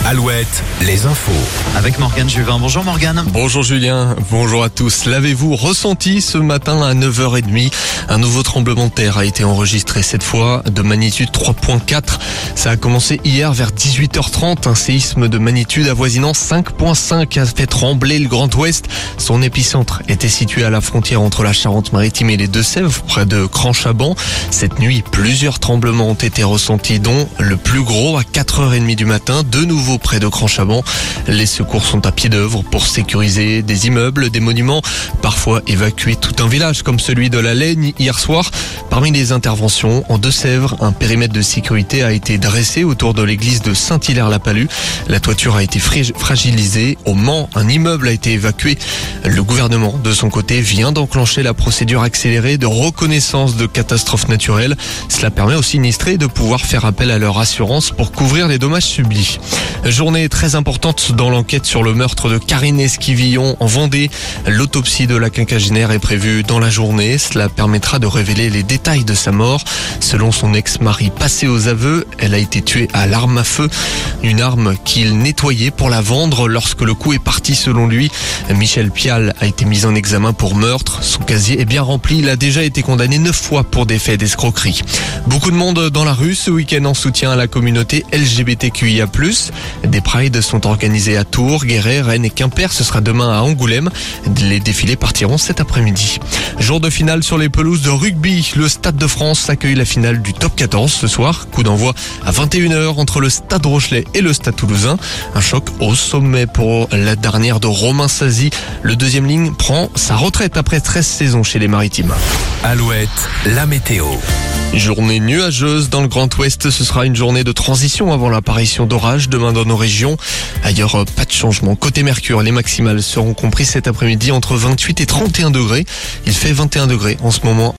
Alouette, les infos. Avec Morgane Juvin. Bonjour Morgane. Bonjour Julien, bonjour à tous. L'avez-vous ressenti ce matin à 9h30 ? Un nouveau tremblement de terre a été enregistré cette fois de magnitude 3.4. Ça a commencé hier vers 18h30. Un séisme de magnitude avoisinant 5.5 a fait trembler le Grand Ouest. Son épicentre était situé à la frontière entre la Charente-Maritime et les Deux-Sèvres, près de Cran-Chaban. Cette nuit, plusieurs tremblements ont été ressentis, dont le plus gros à 4h30 du matin, de nouveau près de Cran-Chaban. Les secours sont à pied d'œuvre pour sécuriser des immeubles, des monuments, parfois évacuer tout un village comme celui de la Laigne hier soir. Parmi les interventions, en Deux-Sèvres, un périmètre de sécurité a été dressé autour de l'église de Saint-Hilaire-la-Palud. La toiture a été fragilisée. Au Mans, un immeuble a été évacué. Le gouvernement, de son côté, vient d'enclencher la procédure accélérée de reconnaissance de catastrophes naturelles. Cela permet aux sinistrés de pouvoir faire appel à leur assurance pour couvrir les dommages subis. Journée très importante dans l'enquête sur le meurtre de Karine Esquivillon en Vendée. L'autopsie de la quinquagénaire est prévue dans la journée. Cela permettra de révéler les détails de sa mort. Selon son ex-mari passé aux aveux, elle a été tuée à l'arme à feu. Une arme qu'il nettoyait pour la vendre lorsque le coup est parti selon lui. Michel Pial a été mis en examen pour meurtre. Son casier est bien rempli. Il a déjà été condamné 9 fois pour des faits d'escroquerie. Beaucoup de monde dans la rue ce week-end en soutien à la communauté LGBTQIA+. Des prides sont organisés à Tours, Guéret, Rennes et Quimper. Ce sera demain à Angoulême. Les défilés partiront cet après-midi. Jour de finale sur les pelouses de rugby. Le Stade de France accueille la finale du Top 14 ce soir. Coup d'envoi à 21h entre le Stade Rochelais et le Stade Toulousain. Un choc au sommet pour la dernière de Romain Sazy. Le deuxième ligne prend sa retraite après 13 saisons chez les Maritimes. Alouette, la météo. Journée nuageuse dans le Grand Ouest. Ce sera une journée de transition avant l'apparition d'orages demain dans nos régions. Ailleurs, pas de changement. Côté Mercure, les maximales seront comprises cet après-midi entre 28 et 31 degrés. Il fait 21 degrés en ce moment.